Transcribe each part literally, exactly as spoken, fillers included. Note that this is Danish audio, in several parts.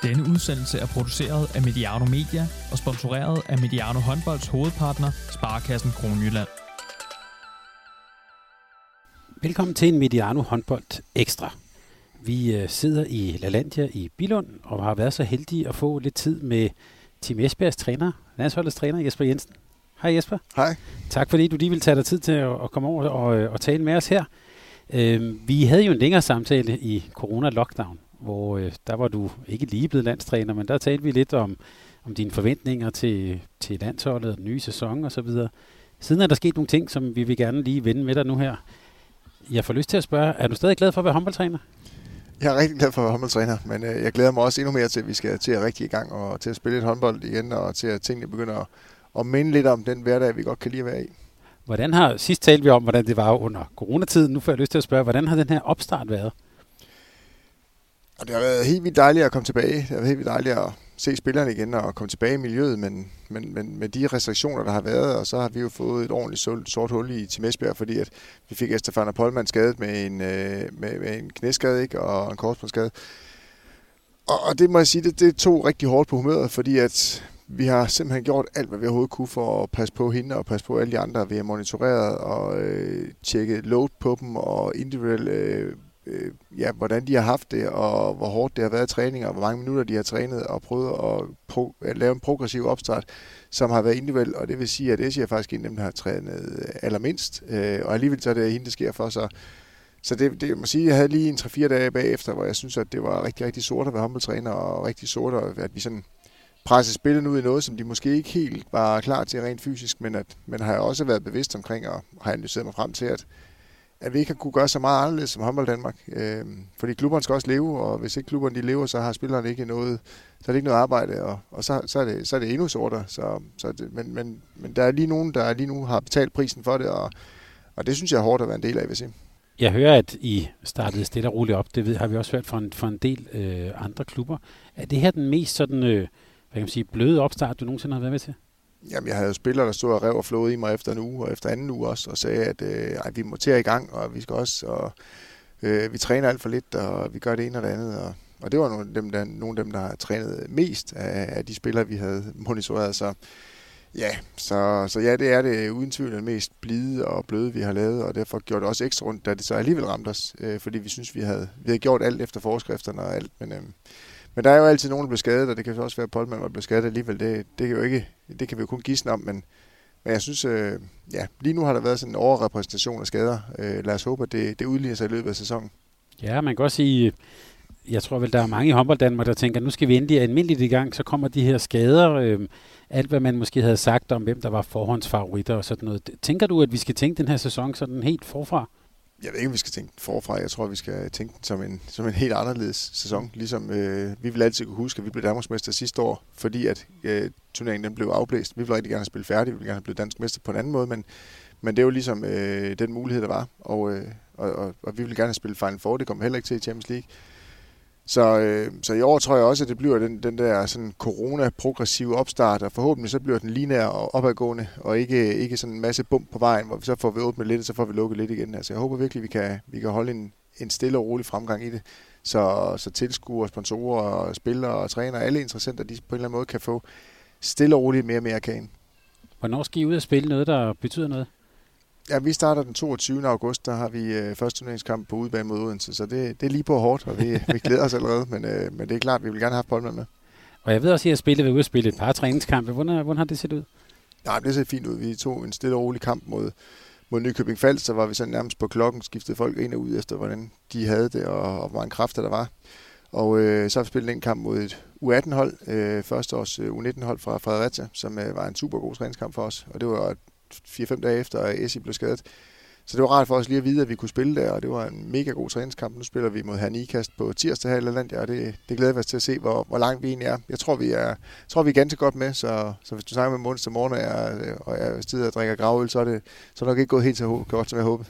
Denne udsendelse er produceret af Mediano Media og sponsoreret af Mediano Håndbolds hovedpartner, Sparekassen Kronjylland. Velkommen til en Mediano Håndbold Ekstra. Vi sidder i LaLandia i Billund og har været så heldige at få lidt tid med Team Esbjergs træner, landsholdets træner Jesper Jensen. Hej Jesper. Hej. Tak fordi du lige ville tage dig tid til at komme over og, og tale med os her. Vi havde jo en længere samtale i corona-lockdown, hvor øh, der var du ikke lige blevet landstræner, men der talte vi lidt om, om dine forventninger til, til landsholdet, den nye sæson og så videre. Siden er der sket nogle ting, som vi vil gerne lige vende med dig nu her. Jeg får lyst til at spørge, er du stadig glad for at være håndboldtræner? Jeg er rigtig glad for at være håndboldtræner, men øh, jeg glæder mig også endnu mere til, at vi skal til at rigtig i gang og til at spille et håndbold igen, og til at tingene begynder at, at minde lidt om den hverdag, vi godt kan lide at være i. Hvordan har, sidst talte vi om, hvordan det var under coronatiden. Nu får jeg lyst til at spørge, hvordan har den her opstart været? Og det har været helt vildt dejligt at komme tilbage. Det har været helt vildt dejligt at se spillerne igen og komme tilbage i miljøet, men, men, men med de restriktioner, der har været, og så har vi jo fået et ordentligt sort hul i Team Esbjerg, fordi at vi fik Estefan Polman skadet med en, med, med en knæskade, ikke, og en korsbåndsskade. Og, og det må jeg sige, det, det tog rigtig hårdt på humøret, fordi at vi har simpelthen gjort alt, hvad vi overhovedet kunne for at passe på hende og passe på alle de andre. Vi har monitoreret og øh, tjekket load på dem og individuelt øh, ja, hvordan de har haft det, og hvor hårdt det har været i træning, og hvor mange minutter de har trænet, og prøvet at, pro- at lave en progressiv opstart, som har været individuel, og det vil sige, at Essie er faktisk en af dem, der har trænet allermindst, og alligevel så er det hende, der sker for sig. Så det, det jeg må sige, jeg havde lige en tre fire dage bagefter, hvor jeg synes, at det var rigtig, rigtig sort at være håndboldtræner, og rigtig sort, at vi sådan pressede spillet ud i noget, som de måske ikke helt var klar til rent fysisk, men, at, men har jeg også været bevidst omkring, og har analyseret mig frem til, at at vi ikke har kunne gøre så meget anderledes som håndbold Danmark. Øh, fordi klubberne skal også leve, og hvis ikke klubberne de lever, så har spillerne ikke noget, så er det ikke noget arbejde, og, og så, så, er det, så er det endnu sortere. Så, så det, men, men, men der er lige nogen, der lige nu har betalt prisen for det, og, og det synes jeg er hårdt at være en del af, vil jeg sige. Jeg hører, at I startede stille og roligt op. Det ved, har vi også hørt fra en, fra en del øh, andre klubber. Er det her den mest sådan, øh, hvad kan man sige, bløde opstart, du nogensinde har været med til? Jamen, jeg havde jo spillere, der stod og rev og flåede i mig efter en uge, og efter anden uge også, og sagde, at øh, ej, vi må til i gang, og vi skal også, og øh, vi træner alt for lidt, og vi gør det ene og det andet. Og, og det var nogle af dem, der, nogle af dem, der har trænet mest af, af de spillere, vi havde monitoreret. Så ja, så, så ja, det er det uden tvivl det mest blide og bløde, vi har lavet, og derfor gjorde det også ekstra rundt, da det så alligevel ramte os, øh, fordi vi synes, vi havde, vi havde gjort alt efter forskrifterne og alt, men... Øh, Men der er jo altid nogen, der bliver skadet, og det kan også være, at Polman var blevet skadet alligevel. Det, det, kan jo ikke, det kan vi jo kun gisne om, men, men jeg synes, øh, ja, lige nu har der været sådan en overrepræsentation af skader. Øh, lad os håbe, at det, det udligner sig i løbet af sæsonen. Ja, man kan også sige, jeg tror vel, der er mange i håndbold Danmark, der tænker, nu skal vi endelig almindeligt i gang, så kommer de her skader. Øh, alt, hvad man måske havde sagt om, hvem der var forhåndsfavoritter og sådan noget. Tænker du, at vi skal tænke den her sæson sådan helt forfra? Jeg ved ikke, om vi skal tænke den forfra. Jeg tror, vi skal tænke den som en, som en helt anderledes sæson. Ligesom øh, vi vil altid kunne huske, at vi blev Danmarksmester sidste år, fordi at øh, turneringen den blev afblæst. Vi ville rigtig gerne spille færdig, vi ville gerne have blevet dansk mester på en anden måde, men, men det er jo ligesom øh, den mulighed, der var. Og, øh, og, og, og vi ville gerne spille Final Four, det kommer heller ikke til i Champions League. Så, øh, så i år tror jeg også, at det bliver den, den der sådan corona-progressive opstart, og forhåbentlig så bliver den lineær og opadgående, og ikke, ikke sådan en masse bump på vejen, hvor vi så får vi åbnet lidt, og så får vi lukket lidt igen. Altså jeg håber virkelig, vi kan, vi kan holde en, en stille og rolig fremgang i det, så, så tilskuere, sponsorer, spillere og trænere, alle interessenter, de på en eller anden måde kan få stille og roligt mere og mere kagen. Hvornår skal I ud og spille noget, der betyder noget? Ja, vi starter den toogtyvende august, der har vi øh, første turneringskamp på udebane mod Odense, så det, det er lige på hårdt, og vi, vi glæder os allerede, men, øh, men det er klart, vi vil gerne have Polman med. Og jeg ved også, at I har spillet ved ude at spille et par træningskampe. Hvordan, hvordan har det set ud? Nej, det ser fint ud. Vi tog en stille og rolig kamp mod, mod Nykøbing Falster, så var vi sådan nærmest på klokken, skiftede folk ind og ud efter, hvordan de havde det, og, og hvor mange kræfter der var. Og øh, så har vi spillet en kamp mod et U atten hold, øh, første års U nitten hold fra Fredericia, som øh, var en super god træningskamp for os, og det var fire fem dage efter, at Essie blev skadet. Så det var rart for os lige at vide, at vi kunne spille der, og det var en mega god træningskamp. Nu spiller vi mod Herren Ikast på tirsdag her i LaLandia, og det, det glæder vi os til at se, hvor, hvor langt vi egentlig er. Jeg tror, vi er, tror, vi er ganske godt med, så, så hvis du snakker med mig onsdag morgen, og jeg, og jeg stiger og drikker gravøl, så er det så er nok ikke gået helt så godt, som jeg håbede.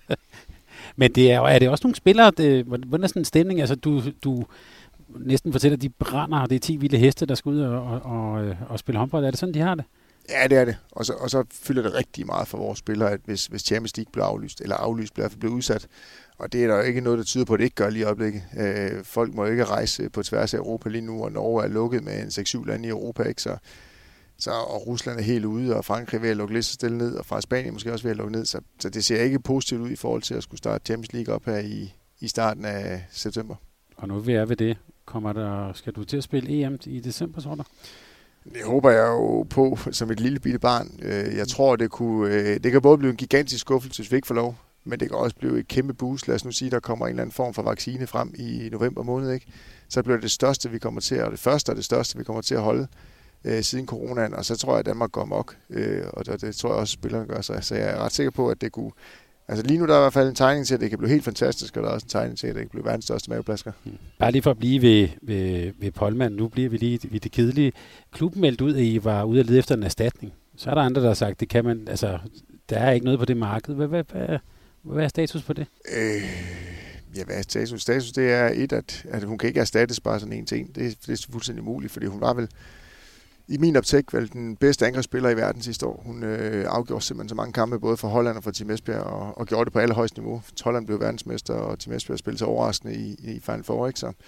Men det er, er det også nogle spillere, det, hvordan er sådan en stemning? Altså, du, du næsten fortæller, at de brænder, og det er ti vilde heste, der skal ud og, og, og, og spille håndbold. Er det sådan, de har det? Ja, det er det. Og så, og så fylder det rigtig meget for vores spillere, at hvis, hvis Champions League bliver aflyst, eller aflyst bliver, bliver udsat. Og det er der jo ikke noget, der tyder på, at det ikke gør lige i øjeblikket. Øh, folk må jo ikke rejse på tværs af Europa lige nu, og Norge er lukket med en seks syv lande i Europa, ikke? Så, så, og Rusland er helt ude, og Frankrig er ved at lukke lidt så stille ned, og fra Spanien måske også ved at lukke ned. Så, så det ser ikke positivt ud i forhold til at skulle starte Champions League op her i, i starten af september. Og nu vil jeg ved det. Kommer der, skal du til at spille E M i december, tror du? Det håber jeg jo på som et lille bitte barn. Jeg tror, det kunne, det kan både blive en gigantisk skuffelse, hvis vi ikke får lov, men det kan også blive et kæmpe boost. Lad os nu sige, at der kommer en eller anden form for vaccine frem i november måned, ikke? Så bliver det det største, vi kommer til, og det første og det største, vi kommer til at holde øh, siden coronaen, og så tror jeg, at Danmark går amok, øh, og det, det tror jeg også, at spillerne gør sig. Så jeg er ret sikker på, at det kunne... Altså lige nu der er i hvert fald en tegning til, at det kan blive helt fantastisk, og der er også en tegning til, at det kan blive verdens største maveplasker. Hmm. Bare lige for at blive ved, ved, ved Pollmann, nu bliver vi lige ved det kedelige. Klubben meldte ud, at I var ude at lede efter en erstatning. Så er der andre, der har sagt, det kan man, altså, der er ikke noget på det marked. Hvad, hvad, hvad, hvad er status på det? Øh, ja, hvad er status? Status, det er et, at, at hun kan ikke erstattes bare sådan en til en. Det, det er fuldstændig muligt, fordi hun var vel i min optik vel den bedste angrebsspiller i verden sidste år. Hun øh, afgjorde simpelthen så mange kampe, både for Holland og for Team Esbjerg, og, og gjorde det på allerhøjeste niveau. Holland blev verdensmester, og Team Esbjerg spillede sig overraskende i, i Final Four, ikke så?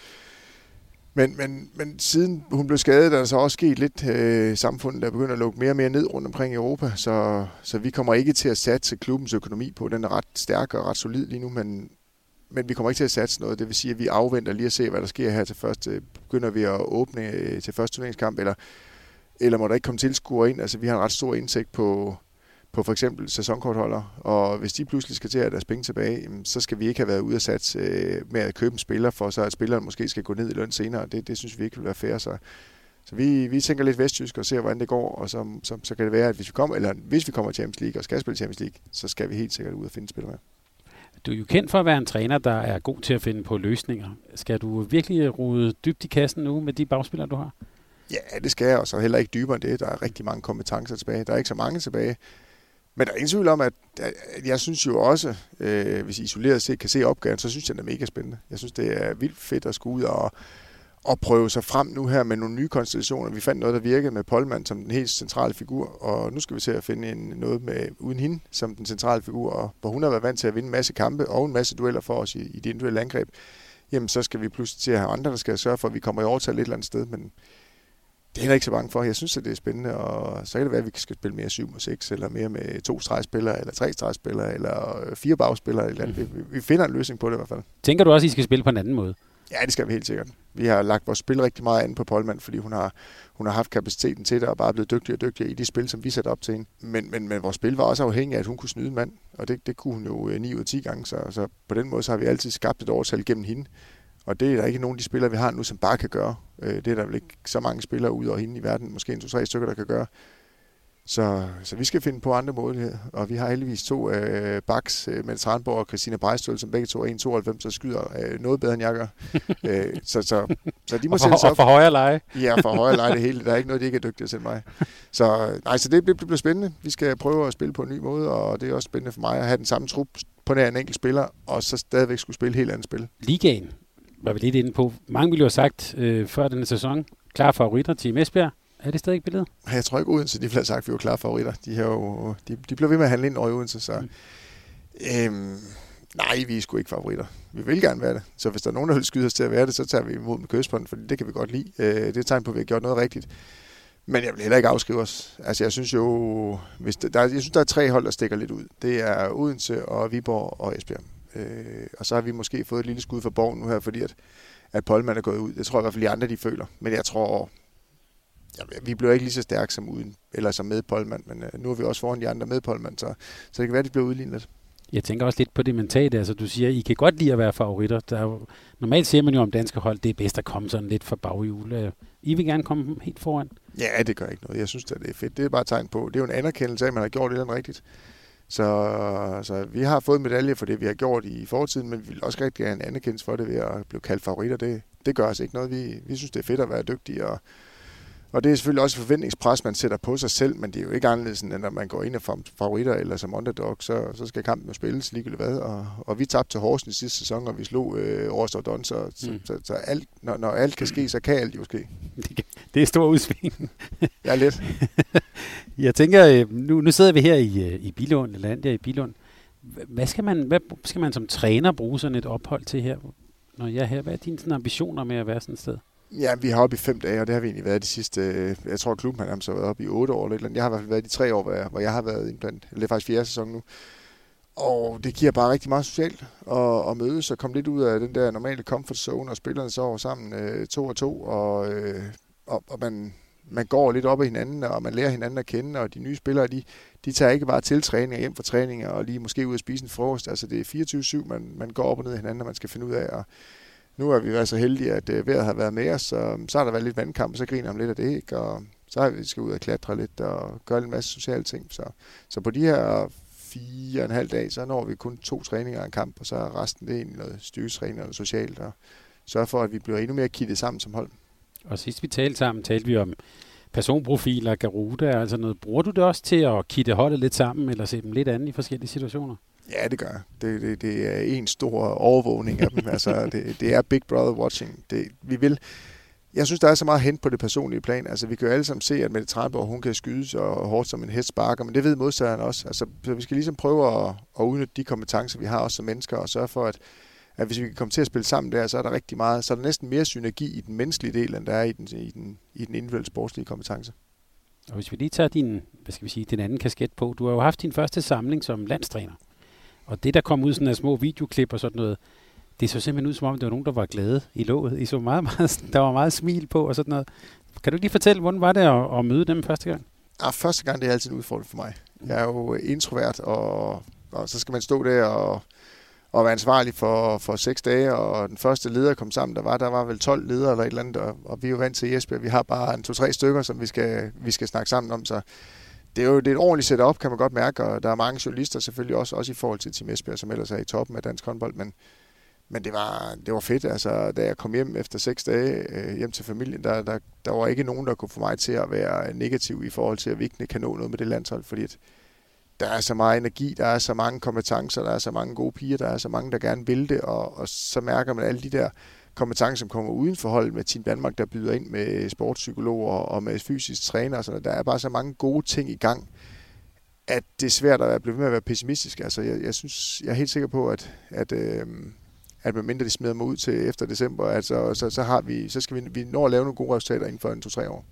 Men, men, men siden hun blev skadet, er der så også sket lidt øh, samfundet, der begynder at lukke mere og mere ned rundt omkring i Europa, så, så vi kommer ikke til at satse klubbens økonomi på. Den er ret stærk og ret solid lige nu, men, men vi kommer ikke til at satse noget. Det vil sige, at vi afventer lige at se, hvad der sker her til først. Begynder vi at åbne til første turneringskamp, eller eller må der ikke komme tilskuere ind. Altså, vi har en ret stor indtægt på, på for eksempel sæsonkortholdere, og hvis de pludselig skal til at have deres penge tilbage, så skal vi ikke have været ude at satse øh, med at købe en spiller, for så at spilleren måske skal gå ned i løn senere. Det, det synes vi ikke vil være fair. Så, så vi, vi tænker lidt vestjysk og ser, hvordan det går, og så, så, så kan det være, at hvis vi kommer, eller hvis vi kommer til Champions League og skal spille Champions League, så skal vi helt sikkert ud og finde spillere. Du er jo kendt for at være en træner, der er god til at finde på løsninger. Skal du virkelig rode dybt i kassen nu med de bagspillere, du har? Ja, det skal jeg, og så heller ikke dybere end det. Der er rigtig mange kompetencer tilbage. Der er ikke så mange tilbage. Men der er ingen tvivl om, at, at jeg synes jo også, øh, hvis I isoleret set kan se opgaven, så synes jeg, det er mega spændende. Jeg synes, det er vildt fedt at skulle ud og, og prøve sig frem nu her med nogle nye konstellationer. Vi fandt noget, der virkede med Pollmann som den helt centrale figur, og nu skal vi til at finde en, noget med uden hende som den centrale figur, og hvor hun har været vant til at vinde en masse kampe og en masse dueller for os i, i de individuelle angreb. Jamen, så skal vi pludselig til at have andre, der skal sørge for, at vi kommer i overtal et eller andet sted, men det er jeg ikke så bange for. Jeg synes, at det er spændende, og så kan det være, at vi skal spille mere syv mod seks, eller mere med to stregspillere, eller tre stregspillere, eller fire bagspillere. Eller mm. vi, vi finder en løsning på det i hvert fald. Tænker du også, at I skal spille på en anden måde? Ja, det skal vi helt sikkert. Vi har lagt vores spil rigtig meget an på Pollmann, fordi hun har, hun har haft kapaciteten til det, og bare blevet dygtigere og dygtigere i de spil, som vi satte op til hende. Men, men, men vores spil var også afhængig af, at hun kunne snyde en mand, og det, det kunne hun jo ni ud af ti gange, så, så på den måde så har vi altid skabt et overtal gennem hende. Og det er der ikke nogen af de spillere, vi har nu, som bare kan gøre. Det er der vel ikke så mange spillere ud over hende i verden. Måske en, to, tre stykker, der kan gøre. Så, så vi skal finde på andre muligheder. Og vi har heldigvis to øh, backs, øh, Mette Tranborg og Christina Brejstøl, som begge to er en komma tooghalvfems og skyder øh, noget bedre end jeg gør. øh, så, så, så de må sætte sig op. Og for højere leje. Ja, for højere leje det hele. Der er ikke noget, de ikke er dygtige til mig. Så, nej, så det, det bliver spændende. Vi skal prøve at spille på en ny måde, og det er også spændende for mig at have den samme trup på nær en enkelt spiller, og så stadigvæk skulle spille helt andet spil. Ligaen var vi lidt inde på. Mange ville jo have sagt øh, før denne sæson, klar favoritter til Esbjerg. Er det stadig ikke billedet? Jeg tror ikke Odense, de ville have sagt, at vi var klare favoritter. De, har jo, de, de blev ved med at handle ind over i Odense, så mm. øhm, nej, vi er sgu ikke favoritter. Vi vil gerne være det. Så hvis der er nogen, der vil skyde os til at være det, så tager vi imod med kystbunden, for det kan vi godt lide. Øh, det er et tegn på, at vi har gjort noget rigtigt. Men jeg vil heller ikke afskrive os. Altså, jeg synes jo, hvis der, der, jeg synes, der er tre hold, der stikker lidt ud. Det er Odense og Viborg og Esbjerg. Øh, og så har vi måske fået et lille skud for Borgen nu her, fordi at, at Pollmann er gået ud. Det tror jeg i hvert fald, de andre de føler. Men jeg tror, ja, vi bliver ikke lige så stærke som uden, eller som med Pollmann, men øh, nu er vi også foran de andre med Pollmann, så, så det kan være, at de bliver udlignet lidt. Jeg tænker også lidt på det mentale. Altså, du siger, I kan godt lide at være favoritter. Der er jo, normalt siger man jo om danske hold, det er bedst at komme sådan lidt for baghjul. I vil gerne komme helt foran? Ja, det gør ikke noget. Jeg synes, det er fedt. Det er bare et tegn på. Det er jo en anerkendelse af, at man har gjort det eller rigtigt. Så, så vi har fået medalje for det, vi har gjort i fortiden, men vi vil også rigtig gerne anerkendes for det ved at blive kaldt favoritter. Det, det gør os ikke noget. Vi, vi synes, det er fedt at være dygtige, og, og det er selvfølgelig også et forventningspres, man sætter på sig selv, men det er jo ikke anderledes, end når man går ind og favoritter eller som underdog, så, så skal kampen jo spilles ligegyldigt hvad. Og, og vi tabte til Horsens i sidste sæson, og vi slog øh, Årstad Don, så, mm. så, så, så alt, når, når alt kan ske, så kan alt jo ske. Det kan, det er stor udsving. Ja, lidt. Jeg tænker, nu, nu sidder vi her i, i Billund, Lalandia i Billund. Hvad skal man, hvad skal man som træner bruge sådan et ophold til her? Når jeg er her, hvad er dine sådan ambitioner med at være sådan et sted? Ja, vi har oppe i fem dage, og det har vi egentlig været de sidste, jeg tror klubben har nærmest været oppe i otte år eller et eller andet. Jeg har i hvert fald været de tre år, hvor jeg, hvor jeg har været blandt, eller det er faktisk fjerde sæson nu. Og det giver bare rigtig meget socialt at, at mødes og komme lidt ud af den der normale comfort zone, og spillerne sover sammen øh, to og to, og, øh, og, og man, man går lidt op ad hinanden, og man lærer hinanden at kende, og de nye spillere, de, de tager ikke bare til træning og hjem fra træninger, og lige måske ud at spise en frokost. Altså det er fireogtyve syv, man, man går op og ned af hinanden, og man skal finde ud af. Og nu er vi været så heldige, at øh, vejret har været med os, så, så har der været lidt vandkamp, og så griner man lidt af det, ikke? Og så har vi skal ud og klatre lidt og gøre en masse sociale ting. Så, så på de her fire og en halv dag, så når vi kun to træninger og en kamp, og så er resten det egentlig noget styrketræning og noget socialt, og sørge for, at vi bliver endnu mere kittet sammen som hold. Og sidst vi talte sammen, talte vi om personprofiler, Garuda, altså noget. Bruger du det også til at kitte holdet lidt sammen, eller se dem lidt andet i forskellige situationer? Ja, det gør jeg. Det, det, det er en stor overvågning af dem. Altså, det, det er Big Brother watching. Det, vi vil... Jeg synes, der er så meget hen på det personlige plan. Altså, vi kan jo alle sammen se, at Mette Tranborg, hun kan skydes og hårdt som en hest sparker, men det ved modstanderen også. Altså, så vi skal ligesom prøve at, at udnytte de kompetencer, vi har også som mennesker, og sørge for, at, at hvis vi kan komme til at spille sammen der, så er der rigtig meget, så er der næsten mere synergi i den menneskelige del, end der er i den, i den, i den individuelle sportslige kompetence. Og hvis vi lige tager din, hvad skal vi sige, din anden kasket på, du har jo haft din første samling som landstræner, og det, der kom ud sådan af små videoklip og sådan noget, det så simpelthen ud, som om det var nogen, der var glade i låget. I så meget, meget, der var meget smil på og sådan noget. Kan du lige fortælle, hvordan var det at, at møde dem første gang? Ja, første gang, det er altid en udfordring for mig. Jeg er jo introvert, og, og så skal man stå der og, og være ansvarlig for, for seks dage, og den første leder kom sammen, der var, der var vel tolv ledere eller et eller andet, og, og vi er jo vant til Esbjerg. Vi har bare en to-tre stykker, som vi skal, vi skal snakke sammen om, så det er jo det er et ordentligt setup, kan man godt mærke, og der er mange journalister selvfølgelig også, også i forhold til Team Esbjerg, som ellers er i toppen af dansk håndbold, men Men det var, det var fedt, altså da jeg kom hjem efter seks dage øh, hjem til familien, der, der, der var ikke nogen, der kunne få mig til at være negativ i forhold til, at vi ikke kan nå noget med det landshold, fordi at der er så meget energi, der er så mange kompetencer, der er så mange gode piger, der er så mange, der gerne vil det, og, og så mærker man alle de der kompetencer, som kommer uden for holdet med Team Danmark, der byder ind med sportspsykologer og med fysisk træner, og sådan. Der er bare så mange gode ting i gang, at det er svært at blive ved med at være pessimistisk. Altså jeg, jeg synes, jeg er helt sikker på, at, at øh, at medmindre de smider mig ud til efter december, altså, så, så, har vi, så skal vi, vi nå at lave nogle gode resultater inden for en to-tre år.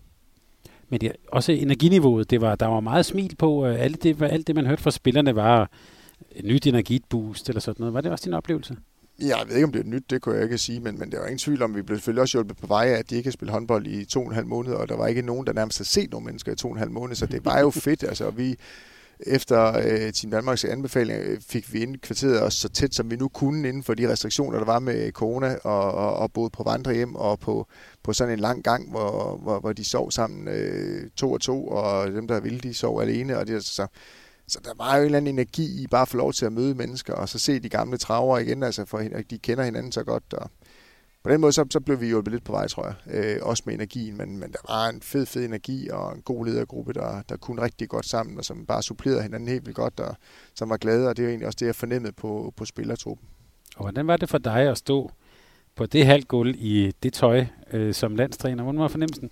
Men det, også energiniveauet, det var, der var meget smil på. Alt det, alt det, man hørte fra spillerne, var et nyt energiboost eller sådan noget. Var det også din oplevelse? Jeg ved ikke, om det er nyt, det kunne jeg ikke sige, men, men der var ingen tvivl om, vi blev selvfølgelig også hjulpet på vej af, at de ikke har spillet håndbold i to og en halv måned, og der var ikke nogen, der nærmest har set nogle mennesker i to og en halv måned, så det var jo fedt. Altså, vi efter øh, Team Danmarks anbefaling fik vi indkvarteret os så tæt, som vi nu kunne inden for de restriktioner, der var med corona, og, og, og både på vandrehjem og på, på sådan en lang gang, hvor, hvor, hvor de sov sammen øh, to og to, og dem, der ville, de sov alene. Og det, så, så der var jo en eller anden energi i bare at få lov til at møde mennesker, og så se de gamle travere igen, altså for de kender hinanden så godt. Og på den måde, så, så blev vi hjulpet lidt på vej, tror jeg. Øh, også med energien, men, men der var en fed, fed energi og en god ledergruppe, der, der kunne rigtig godt sammen, og som bare supplerede hinanden helt vildt godt, og som var glade, og det er jo egentlig også det, jeg fornemmede på, på spillertruppen. Og hvordan var det for dig at stå på det halvgulv i det tøj øh, som landstræner? Hvordan var fornemmelsen?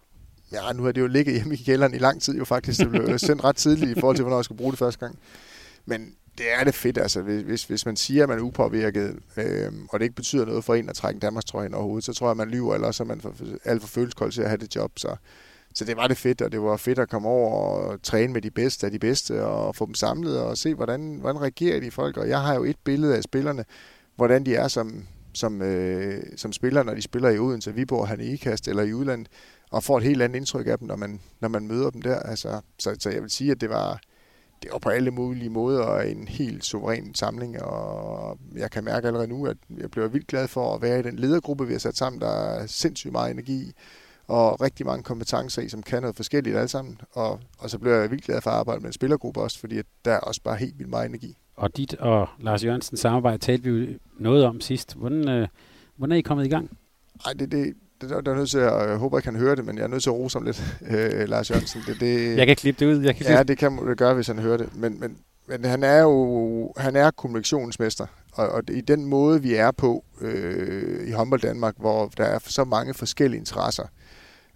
Ja, nu har det jo ligget hjemme i kælderen i lang tid jo faktisk. Det blev sendt ret tidligt i forhold til, hvornår jeg skulle bruge det første gang. Men det er det fedt, altså. Hvis, hvis man siger, at man er upåvirket, øh, og det ikke betyder noget for en at trække Danmarks trøje ind overhovedet, så tror jeg, at man lyver, eller også er man for, alt for følelseskold til at have det job. Så, så det var det fedt, og det var fedt at komme over og træne med de bedste af de bedste, og få dem samlet, og se, hvordan, hvordan reagerer de folk. Og jeg har jo et billede af spillerne, hvordan de er som, som, øh, som spillere, når de spiller i Odense, Viborg, han i Ikast eller i udlandet, og får et helt andet indtryk af dem, når man, når man møder dem der. Altså, så, så jeg vil sige, at det var... Det var på alle mulige måder en helt suveræn samling, og jeg kan mærke allerede nu, at jeg bliver vildt glad for at være i den ledergruppe, vi har sat sammen. Der er sindssygt meget energi og rigtig mange kompetencer i, som kan noget forskelligt alle sammen. Og, og så bliver jeg vildt glad for at arbejde med en spillergruppe også, fordi der er også bare helt vildt meget energi. Og dit og Lars Jørgensens samarbejde talte vi jo noget om sidst. Hvordan, øh, hvordan er I kommet i gang? Ej, det, det, det der er nødt til at, jeg håber, jeg kan høre det, men jeg er nødt til at rose ham lidt, øh, Lars Jørgensen. Det, det, jeg kan klippe det ud. Jeg kan ja, det kan man gøre, hvis han hører det. Men, men, men han er jo han er kommunikationsmester, og, og i den måde, vi er på øh, i håndbold Danmark, hvor der er så mange forskellige interesser,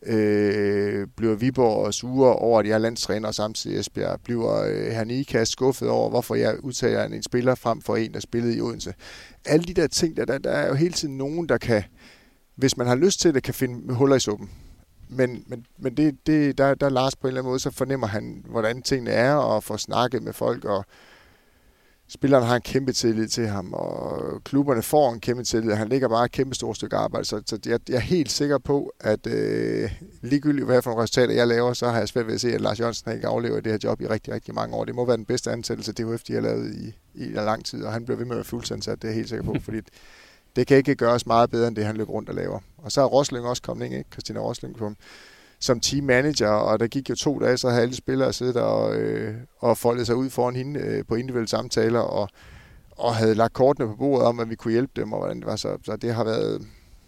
Øh, bliver Viborg sure over, at jeg er landstræner, og samtidig Esbjerg bliver øh, Hernika skuffet over, hvorfor jeg udtager en spiller frem for en, der spillede i Odense. Alle de der ting, der, der, der er jo hele tiden nogen, der kan, hvis man har lyst til det, kan finde huller i suppen. Men, men, men det, det, der, der Lars på en eller anden måde, så fornemmer han, hvordan tingene er, og får snakket med folk, og spillerne har en kæmpe tillid til ham, og klubberne får en kæmpe tillid. Han ligger bare et kæmpe stort stykke arbejde, så, så jeg, jeg er helt sikker på, at øh, ligegyldigt hvad for nogle resultater jeg laver, så har jeg svært ved at se, at Lars Jørgensen ikke aflever det her job i rigtig, rigtig mange år. Det må være den bedste ansættelse, D H F de har lavet i, i lang tid, og han bliver ved med at være fuldstændig, det er jeg helt sikker på, fordi det kan ikke gøres meget bedre, end det han løber rundt og laver. Og så er Rosling også kommet ind, ikke? Christina Rosling kom som teammanager, og der gik jo to dage, så havde alle spillere siddet og, øh, og foldet sig ud foran hende øh, på individuelle samtaler, og, og havde lagt kortene på bordet om, at vi kunne hjælpe dem, og hvordan det var. Så, så det har været...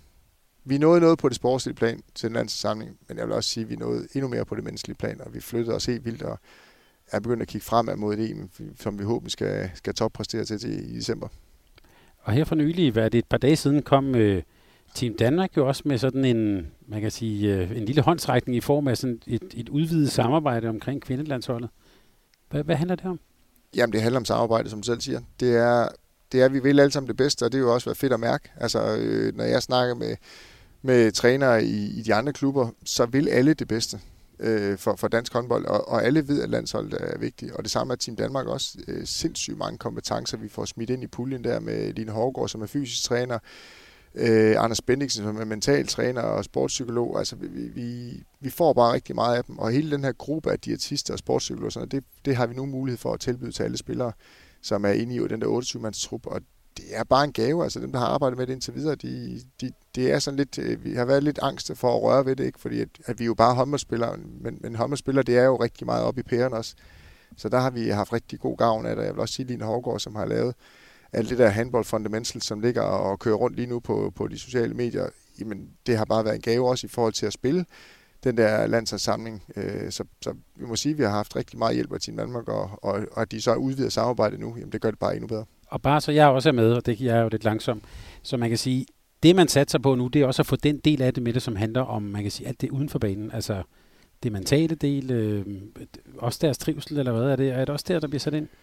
Vi nåede noget på det sportslige plan til den landssamling, men jeg vil også sige, at vi nåede endnu mere på det menneskelige plan, og vi flyttede os helt vildt, og er begyndt at kigge fremad mod det, som vi håber, skal, skal toppræstere til, til i december. Og her for nylig, hvad det et par dage siden, kom øh, Team Danmark jo også med sådan en, man kan sige, øh, en lille håndsrækning i form af sådan et, et udvidet samarbejde omkring kvindelandsholdet. Hvad, hvad handler det om? Jamen, det handler om samarbejde, som du selv siger. Det er, det er, vi vil alle sammen det bedste, og det er jo også været fedt at mærke. Altså, øh, når jeg snakker med, med trænere i, i de andre klubber, så vil alle det bedste øh, for, for dansk håndbold, og, og alle ved, at landsholdet er vigtigt. Og det samme er Team Danmark også. Øh, sindssygt mange kompetencer, vi får smidt ind i puljen der med Line Hårgaard, som er fysisk træner, øh, Anders Bendiksen, som er mental træner og sportspsykolog. Altså, vi, vi, vi får bare rigtig meget af dem, og hele den her gruppe af diætister og sportspsykologer, sådan, det, det har vi nu mulighed for at tilbyde til alle spillere, som er inde i den der otteogtyve-mands trup, og det er bare en gave. Altså dem, der har arbejdet med det indtil videre, de, de, det er sådan lidt, vi har været lidt angste for at røre ved det, ikke? Fordi at, at vi er jo bare håndboldspillere, men, men håndboldspillere, det er jo rigtig meget op i pæren også. Så der har vi haft rigtig god gavn af det. Jeg vil også sige Line Hårgaard, som har lavet alt det der handball fundamentals, som ligger og kører rundt lige nu på, på de sociale medier. Jamen, det har bare været en gave også i forhold til at spille den der landsholdssamling. Så, så vi må sige, at vi har haft rigtig meget hjælp af Team Danmark, og, og, og at de så udvider samarbejdet nu, jamen det gør det bare endnu bedre. Og bare så jeg også er med, og det jeg er jo lidt langsom, så man kan sige, det man satser på nu, det er også at få den del af det med det, som handler om, man kan sige, alt det uden for banen. Altså det mentale del, øh, også deres trivsel, eller hvad er det? Er det også der, der bliver sat ind?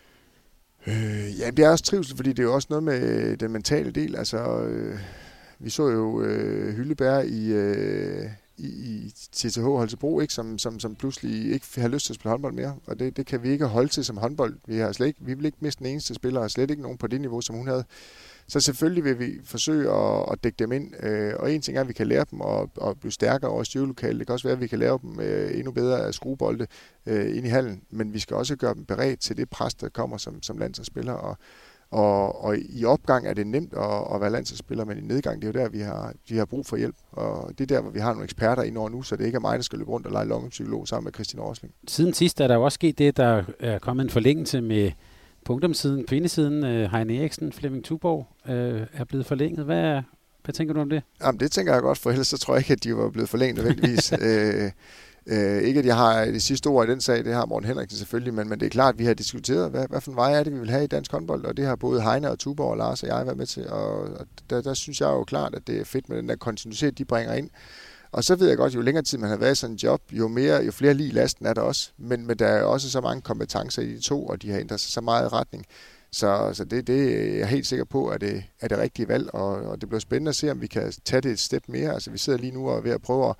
Øh, ja, det er også trivsel, fordi det er jo også noget med den mentale del. Altså, øh, vi så jo øh, Hylleberg i... Øh, i T T H Holstebro, ikke, som, som, som pludselig ikke har lyst til at spille håndbold mere, og det, det kan vi ikke holde til som håndbold. Vi har slet ikke, vi vil ikke miste den eneste spiller, og slet ikke nogen på det niveau, som hun havde. Så selvfølgelig vil vi forsøge at, at dække dem ind, og en ting er, at vi kan lære dem at, at blive stærkere over styrkelokale. Det kan også være, at vi kan lave dem endnu bedre af skruebolde ind i hallen, men vi skal også gøre dem beredt til det pres, der kommer som, som landsholdsspiller, og Og, og i opgang er det nemt at, at være landsholdsspiller, men i nedgang, det er jo der, vi har, vi har brug for hjælp. Og det er der, hvor vi har nogle eksperter ind over nu, så det ikke er mig, der skal løbe rundt og lege lommepsykolog sammen med Christina Rosling. Siden sidst er der jo også sket det, der er kommet en forlængelse med punktumsiden, kvindesiden. Heine Eriksen, Flemming Tuborg øh, er blevet forlænget. Hvad, hvad tænker du om det? Jamen, det tænker jeg godt, for ellers så tror jeg ikke, at de var blevet forlænget nødvendigvis. øh, Øh, ikke at jeg har det sidste ord i den sag, det har Morten Henriksen selvfølgelig, men, men det er klart, at vi har diskuteret, hvad, hvad for en vej er det, vi vil have i dansk håndbold, og det har både Heine og Tuborg og Lars og jeg været med til, og, og der, der synes jeg jo klart, at det er fedt med den der kontinuitet, de bringer ind. Og så ved jeg godt, jo længere tid man har været i sådan en job, jo mere, jo flere lige i lasten er der også, men, men der er også så mange kompetencer i de to, og de har ændret sig så meget i retning. Så, så det, det er jeg helt sikker på, at det er det rigtige valg, og, og det bliver spændende at se, om vi kan tage det et step mere. Altså vi sidder lige nu og er ved at prøve at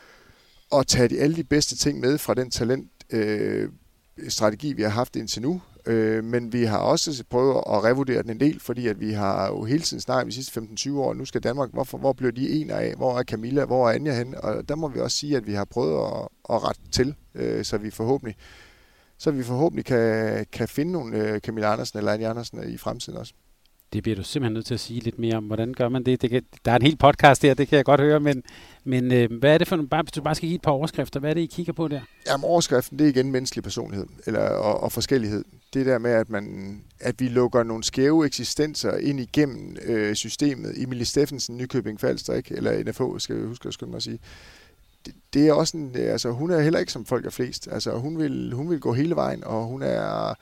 og tage de, alle de bedste ting med fra den talentstrategi, øh, vi har haft indtil nu. Øh, men vi har også prøvet at revurdere den en del, fordi at vi har jo hele tiden snakket de sidste femten tyve år, nu skal Danmark, hvorfor, hvor bliver de en af? Hvor er Camilla? Hvor er Anja hen? Og der må vi også sige, at vi har prøvet at, at rette til, øh, så vi forhåbentlig, så vi forhåbentlig kan, kan finde nogle øh, Camilla Andersen eller Anja Andersen i fremtiden også. Det bliver du simpelthen nødt til at sige lidt mere om. Hvordan gør man det? det kan, der er en hel podcast der, det kan jeg godt høre, men, men øh, hvad er det for, bare, hvis du bare skal give et par overskrifter, hvad er det, I kigger på der? Jamen overskriften, det er igen menneskelig personlighed eller, og, og forskellighed. Det der med, at, man, at vi lukker nogle skæve eksistenser ind igennem øh, systemet. Emilie Steffensen, Nykøbing Falster, ikke? Eller N F H, skal jeg huske at skynde mig at sige. Det, det er også en, altså hun er heller ikke som folk er flest. Altså hun vil, hun vil gå hele vejen, og hun er...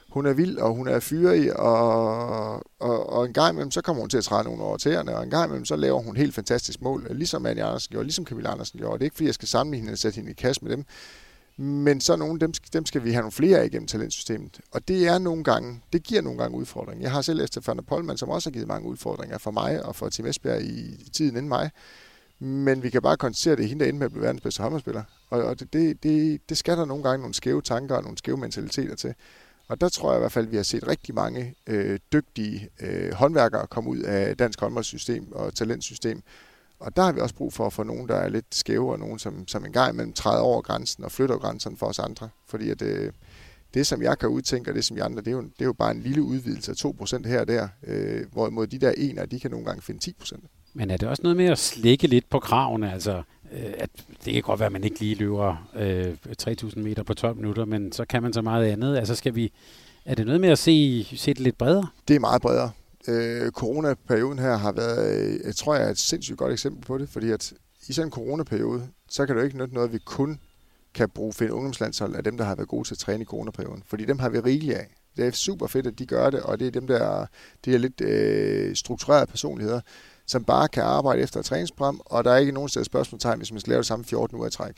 hun er vild, og hun er fyrig, og, og, og en gang imellem, så kommer hun til at træde nogle over tæerne, og en gang imellem, så laver hun helt fantastisk mål, ligesom Annie Andersen gjorde, ligesom Camilla Andersen gjorde. Det er ikke, fordi jeg skal sammenligne hende og sætte hende i kasse med dem, men så nogle, dem, dem skal vi have nogle flere af igennem talentsystemet. Og det er nogle gange, det giver nogle gange udfordringer. Jeg har selv Esther van der Polman, som også har givet mange udfordringer for mig og for Team Esbjerg i, i tiden inden mig. Men vi kan bare konstatere, at det er hende, der ender med at blive verdens bedste håndboldspiller. Og, og det, det, det, det skal der nogle gange nogle skæve tanker og nogle skæve mentaliteter til. Og der tror jeg i hvert fald, at vi har set rigtig mange øh, dygtige øh, håndværkere komme ud af dansk håndboldsystem og talentsystem. Og der har vi også brug for at få nogen, der er lidt skæve, og nogen, som, som en gang imellem træder over grænsen og flytter grænserne for os andre. Fordi at, øh, det, som jeg kan udtænke, og det, som jeg andre, det er, jo, det er jo bare en lille udvidelse af to procent her og der, øh, hvorimod de der ener, de kan nogle gange finde ti procent. Men er det også noget med at slække lidt på kravene? Altså, øh, at det kan godt være, at man ikke lige løber øh, tre tusind meter på tolv minutter, men så kan man så meget andet. Altså, skal vi, er det noget med at se, se det lidt bredere? Det er meget bredere. Øh, coronaperioden her har været, jeg tror jeg, er et sindssygt godt eksempel på det, fordi at i sådan en coronaperiode, så kan det jo ikke nytte noget, at vi kun kan bruge finde ungdomslandshold af dem, der har været gode til at træne i coronaperioden. Fordi dem har vi rigeligt af. Det er super fedt, at de gør det, og det er dem, der det er lidt øh, strukturerede personligheder, som bare kan arbejde efter et træningsprogram, og der er ikke nogen sted spørgsmålstegn, hvis man skal lave det samme fjorten uger i træk.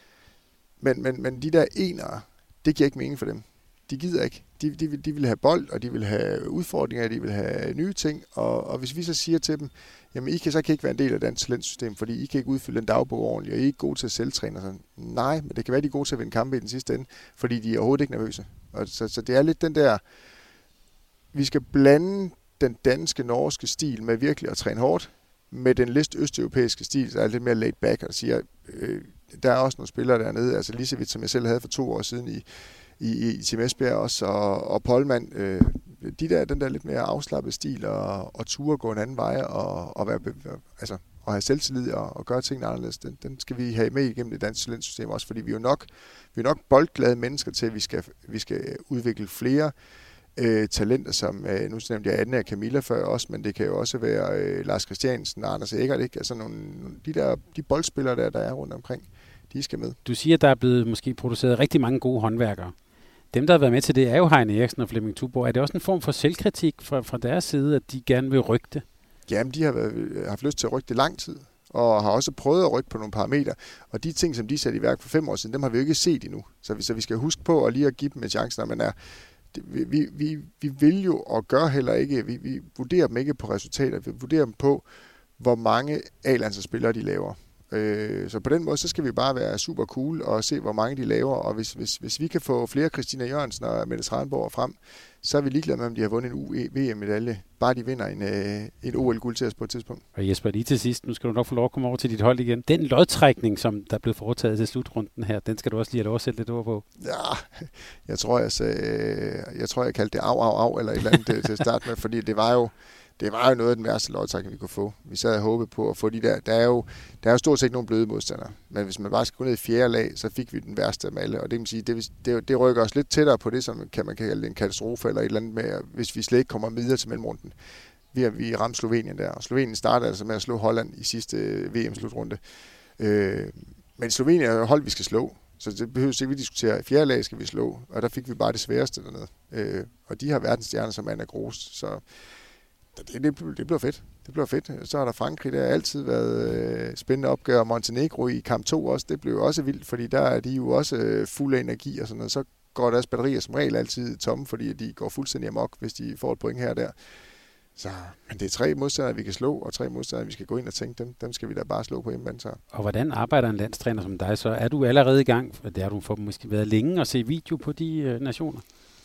Men, men, men de der enere, det giver ikke mening for dem. De gider ikke. De, de, de vil have bold, og de vil have udfordringer, de vil have nye ting, og, og hvis vi så siger til dem, jamen I kan så kan ikke være en del af dansk talentsystem, fordi I kan ikke udfylde en dagbog ordentligt, og I er ikke gode til at selvtræne. Sådan. Nej, men det kan være, de er gode til at vinde kampe i den sidste ende, fordi de er overhovedet ikke nervøse. Og så, så det er lidt den der, vi skal blande den danske, norske stil med virkelig at træne hårdt, med den lidt østeuropæiske stil, der er lidt mere laid back, og siger, øh, der er også nogle spillere dernede, altså lige så vidt, som jeg selv havde for to år siden i i, i Team Esbjerg også, og, og Polman, øh, de der, den der lidt mere afslappede stil, og, og ture gå en anden vej, og, og, være, altså, og have selvtillid, og, og gøre tingene anderledes, den, den skal vi have med igennem det danske talentsystem også, fordi vi er jo nok, vi er nok boldglade mennesker til, at vi skal, vi skal udvikle flere øh, talenter, som, øh, nu nævnte jeg Anne og Camilla før også, men det kan jo også være øh, Lars Christiansen og Anders Eggert, ikke? Altså nogle, de der, de boldspillere der, der er rundt omkring, de skal med. Du siger, at der er blevet måske produceret rigtig mange gode håndværkere. Dem, der har været med til det, er jo Heine Eriksen og Flemming Tuborg. Er det også en form for selvkritik fra, fra deres side, at de gerne vil rykke det? Jamen, de har været, haft lyst til at rykke det lang tid, og har også prøvet at rykke på nogle parametre. Og de ting, som de satte i værk for fem år siden, dem har vi jo ikke set endnu. Så vi, så vi skal huske på at lige at give dem en chance, når man er... Det, vi, vi, vi vil jo og gør heller ikke... Vi, vi vurderer dem ikke på resultater. Vi vurderer dem på, hvor mange A-landsspillere de laver. Så på den måde, så skal vi bare være super cool og se, hvor mange de laver. Og hvis, hvis, hvis vi kan få flere Christina Jørgensen og Mette Tranborg frem, så er vi ligeglade med, om de har vundet en U E V M-medalje. Bare de vinder en, en O L-guld til os på et tidspunkt. Og Jesper, lige til sidst, nu skal du nok få lov at komme over til dit hold igen. Den lodtrækning, som der blev foretaget til slutrunden her, den skal du også lige have lov at sætte lidt ord på. Ja, jeg tror, jeg, sagde, jeg, tror, jeg kaldte det af, af, af, eller et eller andet til at starte med, fordi det var jo Det var jo noget af den værste lodtrækning, vi kunne få. Vi sad og håbede på at få de der... Der er jo, der er jo stort set ikke nogen bløde modstandere. Men hvis man bare skal gå ned i fjerde lag, så fik vi den værste af dem alle. Og det kan man sige, det, det, det rykker os lidt tættere på det, som kan man kalde en katastrofe eller et eller andet med, hvis vi slet ikke kommer videre til mellemrunden. Vi har vi ramt Slovenien der. Og Slovenien startede altså med at slå Holland i sidste V M-slutrunde. Øh, men Slovenien er hold, vi skal slå. Så det behøver ikke, vi diskutere. Fjerde lag skal vi slå. Og der fik vi bare det sværeste dernede. Øh, og de har verdensstjerner som Anna Gros. Så... Det, det, det bliver fedt. Det bliver fedt. Så har der Frankrig, der har altid været øh, spændende opgør. Montenegro i kamp to også. Det blev også vildt, fordi der er de jo også øh, fulde af energi og sådan noget. Så går deres batterier som regel altid tomme, fordi de går fuldstændig amok, hvis de får et point her og der. Så, men det er tre modstandere, vi kan slå, og tre modstandere, vi skal gå ind og tænke, dem, dem skal vi da bare slå på hjemmebane. Så. Og hvordan arbejder en landstræner som dig? Så er du allerede i gang, for det har du for måske været længe, at se video på de øh, nationer?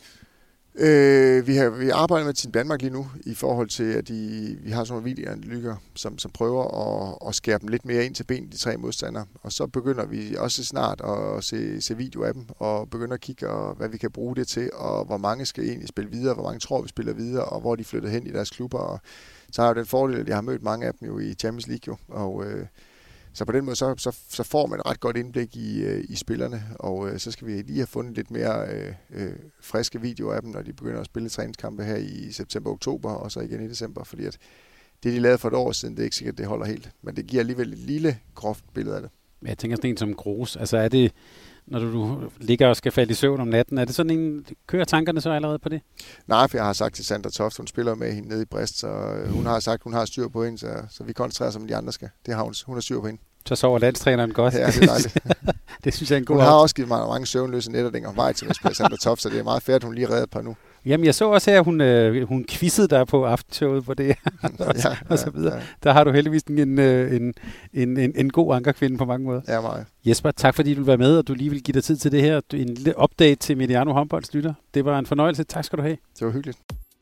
Øh, vi har vi arbejder med Team Danmark lige nu i forhold til, at de, vi har sådan nogle videoanalytikere, som, som prøver at, at skære dem lidt mere ind til benet, de tre modstandere. Og så begynder vi også snart at se, se video af dem, og begynder at kigge, og, hvad vi kan bruge det til, og hvor mange skal egentlig spille videre, hvor mange tror vi spiller videre, og hvor de flytter hen i deres klubber. Og så har jeg jo den fordel, at jeg har mødt mange af dem jo i Champions League jo, og øh, så på den måde, så, så, så får man et ret godt indblik i, øh, i spillerne, og øh, så skal vi lige have fundet lidt mere øh, øh, friske videoer af dem, når de begynder at spille træningskampe her i september-oktober, og så igen i december, fordi at det, de lavede for et år siden, det er ikke sikkert, det holder helt, men det giver alligevel et lille, groft billede af det. Jeg tænker sådan en som Gros, altså er det, når du, du ligger og skal falde i søvn om natten? Er det sådan en, kører tankerne så allerede på det? Nej, for jeg har sagt til Sandra Toft, hun spiller med hende nede i Brest, så hun har sagt, hun har styr på hende, så, så vi koncentrerer os om de andre skal. Det har hun, hun har styr på hende. Så sover landstræneren godt. Ja, det er dejligt. Det synes jeg er en god Hun har op. også givet mig mange søvnløse nætter, dengang vej til at spille Sandra Toft, så det er meget fair, at hun lige redder på nu. Jamen, jeg så også her, at hun, øh, hun quizzede dig på aftenshowet på det, og, ja, og så videre. Ja, ja. Der har du heldigvis en, en, en, en, en god ankerkvinde på mange måder. Ja, meget. Jesper, tak fordi du vil være med, og du lige vil give dig tid til det her. En lille update til Mediano Håndbolds lytter. Det var en fornøjelse. Tak skal du have. Det var hyggeligt.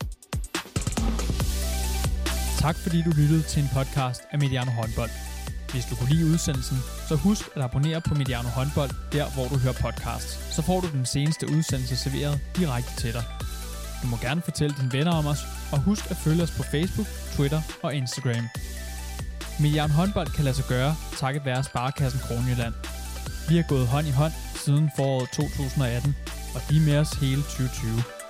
Tak fordi du lyttede til en podcast af Mediano Håndbold. Hvis du kunne lide udsendelsen, så husk at abonnere på Mediano Håndbold, der hvor du hører podcasts. Så får du den seneste udsendelse serveret direkte til dig. Du må gerne fortælle dine venner om os, og husk at følge os på Facebook, Twitter og Instagram. Mediano Håndbold kan lade sig gøre, takket være Sparekassen Kronjylland. Vi har gået hånd i hånd siden foråret to tusind og atten, og de er med os hele tyve tyve.